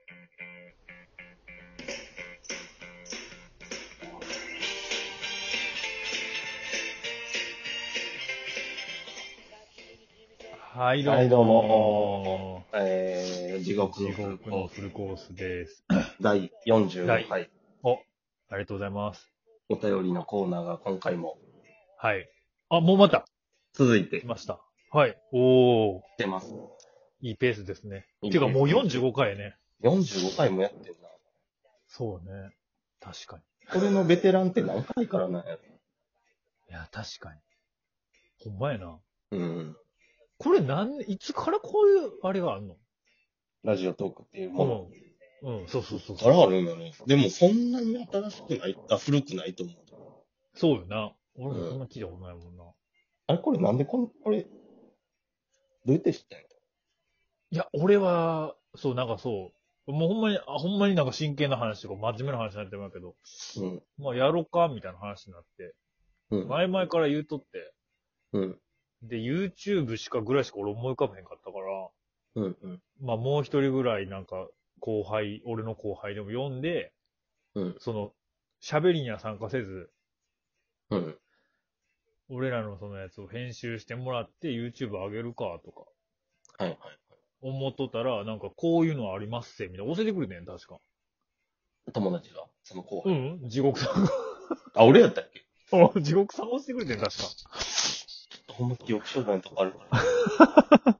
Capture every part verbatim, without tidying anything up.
はい、どうも。 はい、どうも。えー、地獄地獄のフルコースです。 だいよんじゅうごかい。 お、ありがとうございます。 お便りのコーナーが今回もはい。あ、もうまた続いて来ました。はい。おー、 来てます。 いいペースですね。 いいてかもうペースよんじゅうごかいね。 よんじゅうごかいもやってんな。 そうね。確かに。 これのベテランって何回からなんやろ。 いや、確かに。ほんまやな。 うん。 これなん、いつからこういう、あれがあんの？ ラジオトークっていうもの。 うん。うん、そうそうそうかそう。 らあるんだね。でもそんなに新しくない、あ、古くないと思う。 そうよな。俺もそんな聞いたことないもんな。 あれこれなんでこん、これ、どうやって知ったんやいや、俺は、そう、なんかそう、もうほんまに、あほんまになんか真剣な話とか真面目な話になってるけど、 うん。 まあやろうか、みたいな話になって、 うん。 前々から言うとって、 うん。 で、YouTube しかぐらいしか俺思い浮かべへんかったから、 うん。うん。 まあもう一人ぐらいなんか後輩、俺の後輩でも読んで、 うん。 その、喋りには参加せず、 うん。 俺らのそのやつを編集してもらって YouTube 上げるかとかはいはい。 思っとったら、なんかこういうのありますせ、みたいな教えてくれてん、確か。 友達が、その後う輩。 ん地獄さんが。 あ、俺やったっけお地獄さん押してくれてん、確か。 ほんま記憶障害のとこあるから。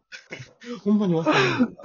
ほんまに忘れるんだ。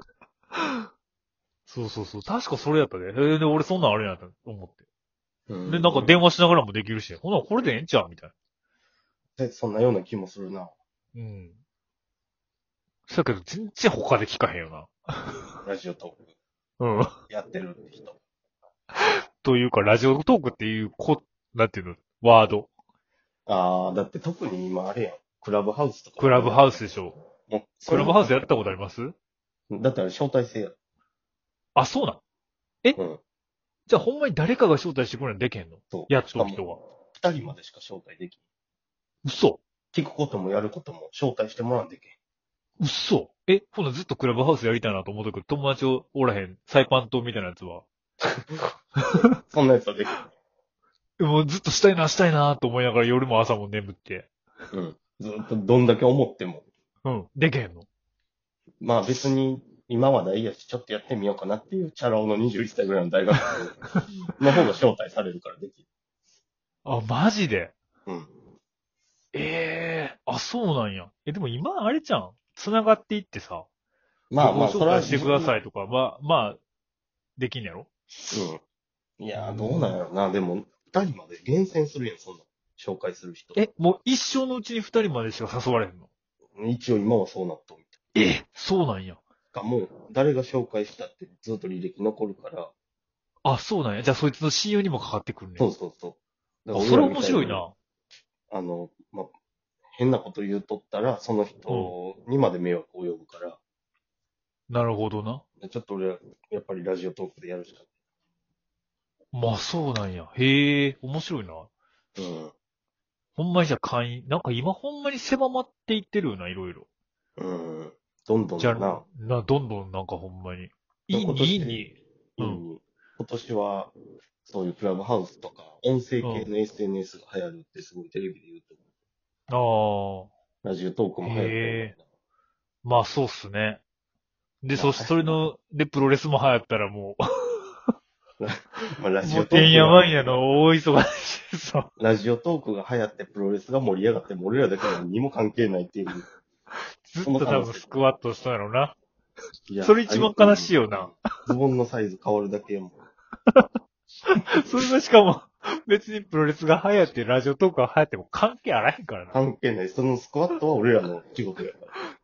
そうそうそう。確かそれやったで。えー、で、俺そんなんあれやったと思って。 うんで、なんか電話しながらもできるし、ほな、これでええんちゃうみたいな。 でそんなような気もするな。 うん。だけど、全然他で聞かへんよな。 ラジオトークうん。 やってるって人。 というか、ラジオトークっていう、こ、なんていうの、ワード。 ああ、だって特に今あれやん。クラブハウスとか。 クラブハウスでしょ。 もう、 クラブハウスやるったことあります？ だってあれ招待制や。 あ、そうなん。えうん。 じゃあほんまに誰かが招待してくれるのできへんの？ そう。 やっと人が。 二人までしか招待できん。 嘘聞くこともやることも招待してもらうんでけ嘘え、ほなずっとクラブハウスやりたいなと思ったけど、友達おらへん、サイパン島みたいなやつは。 ん。そんなやつはできもうずっとしたいな、したいなと思いながら夜も朝も眠って。 ん。うん。ずっとどんだけ思っても。 うん。でけへんの。 まあ別に今は大やし、ちょっとやってみようかなっていうチャラ男のにじゅういっさいぐらいの大学生の方が招待されるからできる。 あ、マジでうん。 ええー、あ、そうなんや。え、でも今あれじゃん。繋がっていってさ、 まあまあ、 ご招待してくだい。 さいとか、まあ、まあ、できんやろ？ うん。いやー、どうなんやろな。でも、二人まで厳選するやん、そんな。紹介する人。 え、もう一生のうちに二人までしか誘われへんの？ 一応今はそうなっとるえ、そうなんや。 かもう、誰が紹介したってずっと履歴残るから、 あ、そうなんや。じゃあそいつの親友にもかかってくるね。 そうそうそう。だあ、 からそれ俺らみたいに面白いな。 あの、ま、変なこと言うとったら、その人にまで迷惑を及ぶから、 なるほどな。 でちょっと俺ら、やっぱりラジオトークでやるしかまあそうなんや。へえ、面白いな。 ない。うん。 ほんまにじゃあ会員、なんか今ほんまに狭まっていってるよな、いろいろ。 うん。どんどんじゃあ、 な、 な、どんどんなんかほんまに。いいに、 今年いいに。うん。 今年は、そういうクラブハウスとか、音声うん。 系の エスエヌエス が流行るってすごいテレビで言うと、 あラジオトークあ。 も流行ったよへえ。まあそうっすね。で、 まあそしてそれの、で、プロレスも流行ったらもうな。まあ、ラう、 ジもうてんオトークが、 やわんやの大忙しでさ。 ラジオトークが流行ってプロレスが盛り上がっても俺らだけ何にも関係ないっていう。 ずっと多分スクワットしたんやろな。 いやそれ一番悲しいよな。 ズボンのサイズ変わるだけやもん。 それがしかも、別にプロレスが流行ってラジオトークが流行っても関係あらへんからな。 関係ない。そのスクワットは俺らの仕事やから。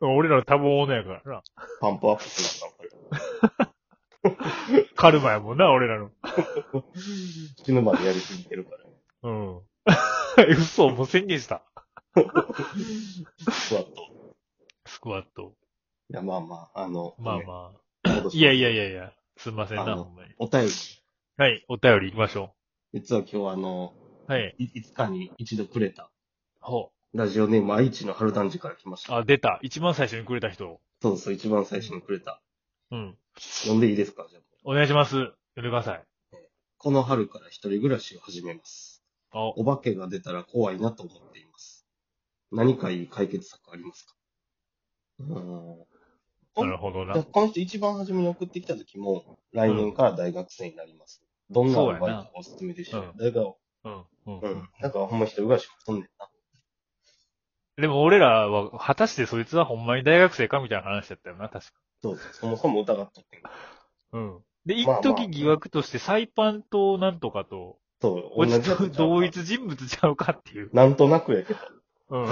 俺らの多忙やからな。 パンプアップするから。 カルマやもんな、俺らの。 死ぬまでやりすぎてるから。 うん。嘘、もう宣言した。 スクワット。 スクワット。 いや、まあまあ、あの、 まあまあ。 あ。いやいやいやいや、すんませんな、 あのほんまに。 お便り。 はい、お便り行きましょ実は今日あの、 う。はい。 いいつかに一度くれた、 ほラジオネーム愛知の春団地から来ましう。 た。 あ、出た。一番最初にくれた人。 そうそう、一番最初にくれた。 うん。 読んでいいですかじゃお願いします。やってください。 この春から一人暮らしを始めます。 お、 お化けが出たら怖いなと思っています。何かいい解決策ありますか？うーん。 なるほどな。 この人一番初めに送ってきた時も、来年から大学生になります。どんなアルバイトがおすすめでしょう？ うんだから、 うん。うん。 うん。だからほんま一人暮らしもすんねんな。 でも俺らは、果たしてそいつはほんまに大学生かみたいな話だったよな、確か。 そうそう。そもそも疑っとってんけど。 うん。で、一まあまあ時疑惑としてサイパンとなんとかと、 そう、 こいつと同じやつちゃうか同一人物ちゃうかっていう。 なんとなくやけど。 うん。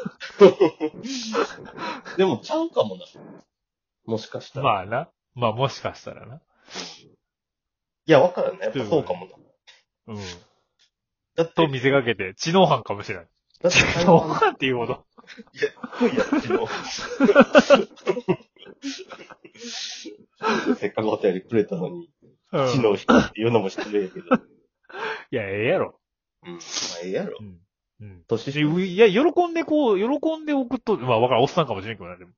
でもちゃうかもな。もしかしたら。 まあな。まあもしかしたらな。 いや、わからんね。やっぱそうかもな。 うん。 だって、 と見せかけて、知能犯かもしれない。 だって知能犯っていうほど。 いや、すごいやろ、知能。せっかくお便りくれたのに、 うん。 知能引くっていうのも失礼やけど。 いや、ええやろ。 うん。まあ、ええやろう。ん。うん。 年下。 でいや、喜んでこう、喜んで送っと、まあわからん、おっさんかもしれんけどな、でも。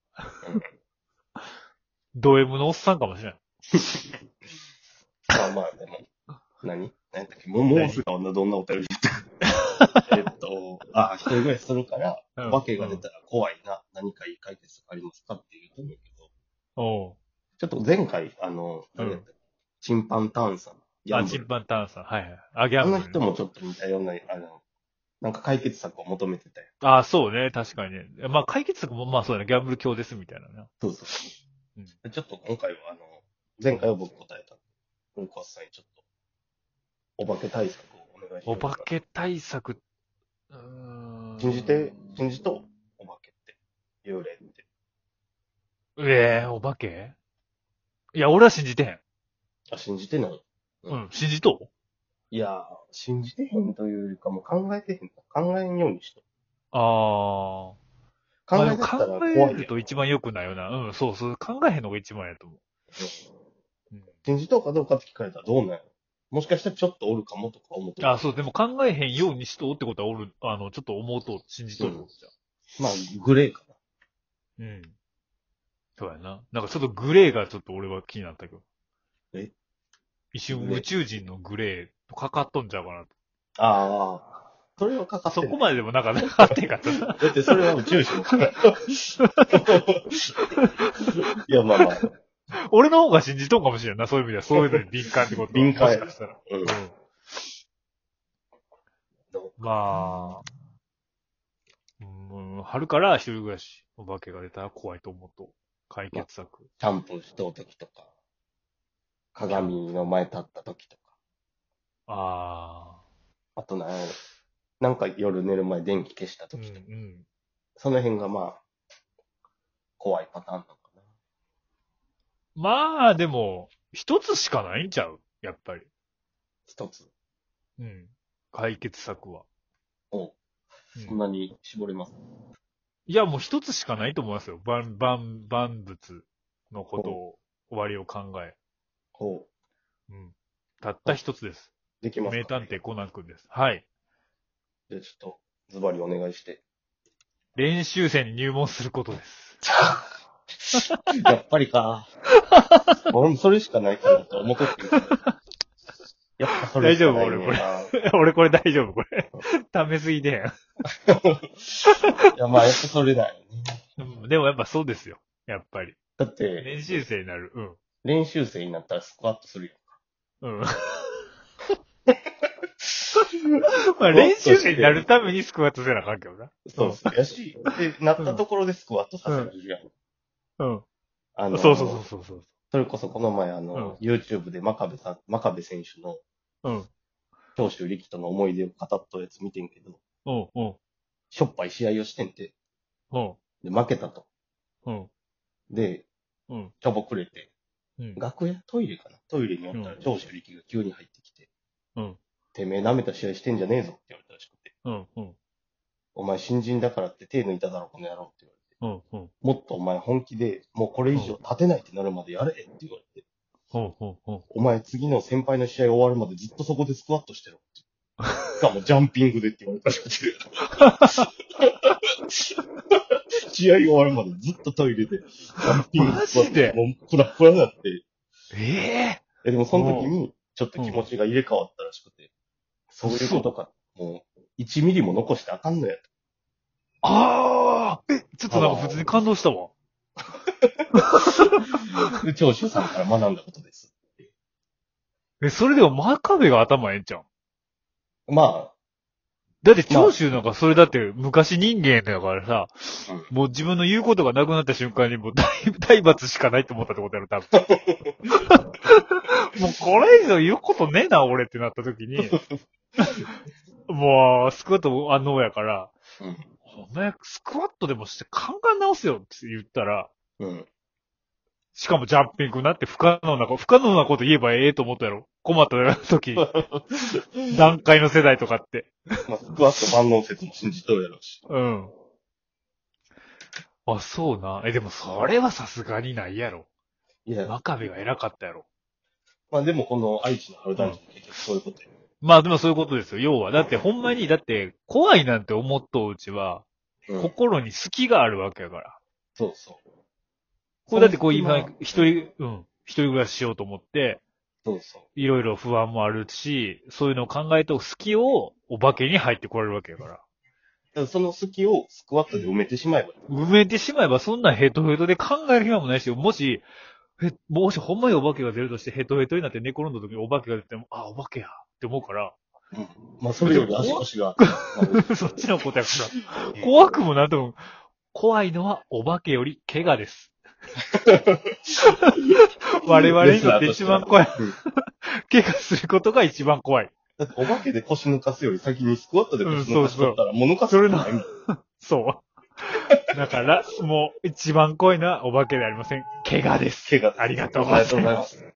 ド M のおっさんかもしれん。 まあまあ、でも、何何やったっけもう、もうすぐ女どんなお便り言ったえっと、あ、一人暮らしするから、 うんお化けが出たら怖いな、何かいい解決ありますかっていうと思うけど、 おう。 ちょっと前回、あの、誰やったっけチンパンターンさん。ギャあ、 ンブルチンパンターンさん。はいはい。あ、ギャあのンブルね。 人もちょっと似たような、あの、なんか解決策を求めてたよ。 あ、そうね。確かにね。まあ、解決策も、まあそうだね。ギャンブル教ですみたいなね。 そうそう。 うんでちょっと今回は、あの、前回は僕答えた。フルコスさんにちょっと、お化け対策をお願いします。 お化け対策、うーん。 信じて、信じと、お化けって、幽霊って。 ええお化けいや、俺は信じてへん。 あ、信じてない。ううん、信じといやー、信じてへんというよりかも考えてへん。考えんようにしと。 ああ。 考まあでもえてたら考怖いやんえると一番良くないよな。うん、そうそう。考えへんのが一番やと思う。うん信じとうかどうかって聞かれたらどうなんやろもしかしたらちょっとおるかもとか思ってる。 あ、そう、でも考えへんようにしとうってことはおる、あの、ちょっと思うと信じとるってことじまあ、グレーかな。 ゃん。うん。そうやな。なんかちょっとグレーがちょっと俺は気になったけど。 え一瞬グレー宇宙人のグレーとかかっとんちゃうかなと。 ああ。それはかかってそない。 こまででもなんかなかってんかったな。 だってそれは宇宙人。いや、まあまあ。 俺の方が信じとんかもしれんな、そういう意味では。そういうのに敏感ってことは敏感やもしかしたら。 うん。 うん。まあ、うん、春から一人暮らし、お化けが出たら怖いと思うと、解決策。 キャンプしとうときとか、鏡の前立ったときとか、 ああとなんやろなんか夜寝る前電気消したあ、うん、 ときとか、 うん。 その辺がまあ、怖いパターンなのかな。 まあ、でも、一つしかないんちゃうやっぱり。 一つ。 うん。解決策は。 おうんそんなに絞れます。 いや、もう一つしかないと思いますよ。万、万、万物のことを、終わりを考え。 ほうん。たった一つです。 う。できますか名探偵コナン君です。はい。 じゃあちょっと、ズバリお願いして。 練習生に入門することです。 やっぱりか。俺もそれしかないかなと思っとってるけど。やっぱそれしかないねんな。 大丈俺これ大丈夫これ。溜めすぎてへん。 いや、まあやっぱそれだよね。 うんでもやっぱそうですよ。やっぱり。 だって、 練習生になる。うん。 練習生になったらスクワットするよ。 うん。まあ練習生になるためにスクワットせなあかんけどな。 そうそう。やし、で、なったところでスクワットさせるやん。 うん。 あの、 そうそうそうそうそう。 それこそこの前あの、YouTube で真壁さん、真壁選手のうん。 長州力との思い出を語ったやつ見てんけど、 うん。うん。 しょっぱい試合をしてんて。 うん。 で、負けたと。 うん。 で、 うん。 ちょぼくれて、 うん。 楽屋トイレかなトイレにおったらうん長州力が急に入ってきて、 うん。 てめえ舐めた試合してんじゃねえぞって言われたらしくて、 うん。うん。 お前新人だからって手抜いただろこの野郎って言われて、 うん。うん。 もっとお前本気で、もうこれ以上立てないってなるまでやれって言われて、 うん。うん。うん。 お前次の先輩の試合終わるまでずっとそこでスクワットしてろって。しかもジャンピングでって言われたらしくて。試合終わるまでずっとトイレで、ジャンピングマジでもうフラフラになって、 えええ、でもその時に、ちょっと気持ちが入れ替わったらしくて、そういうことか。もう、いちミリも残してあかんのやと。 ああえ、ちょっとなんか普通に感動したわ。 長州さんから学んだことです。 え、それでも真壁が頭ええんちゃう？ まだって長州なんかそれだって昔人間だからさ、 あ、うん、 もう自分の言うことがなくなった瞬間にもう大体罰しかないって思ったってことやろ、多分。もうこれ以上言うことねえな、俺ってなった時に、もう、スクワットあのやから、 うん、 お前、スクワットでもして考え直せよって言ったら、 うん。 しかもジャンピングなって不可能なこと、不可能なこと言えばええと思ったやろ。困った時、段階の世代とかって。 まあ、スクワット万能説も信じとるやろうし。 うん。あ、そうな。え、でもそれはさすがにないやろ。 いや、 真壁が偉かったやろ。 まあでもこの愛知の春団地も結局そういうことや。 まあでもそういうことですよ。要は。だってほんまに、だって怖いなんて思っとううちは、 うん、 心に隙があるわけやから。 そうそう。 これだってこう今、 その一人、うん、一人暮らししようと思って、 そうそう。 いろいろ不安もあるし、そういうのを考えと隙をお化けに入ってこられるわけやから。 だからその隙をスクワットで埋めてしまえばいい。 埋めてしまえばそんなヘトヘトで考える暇もないし、もし、へ、もしほんまにお化けが出るとしてヘトヘトになって寝転んだ時にお化けが出ても、あ、お化けやって思うから、 うん。まあそれより足腰が。 そっちのことやから、怖くもなんとも、怖いのはお化けより怪我です。我々にとって一番怖い。 うん怪我することが一番怖い。 だってお化けで腰抜かすより先にスクワットで腰抜かしとったら、もう抜かすそれのことないもん。 そう。だから、もう一番怖いのはお化けではありません。怪我です。 怪我です。 ありがとうございますありがとうございます。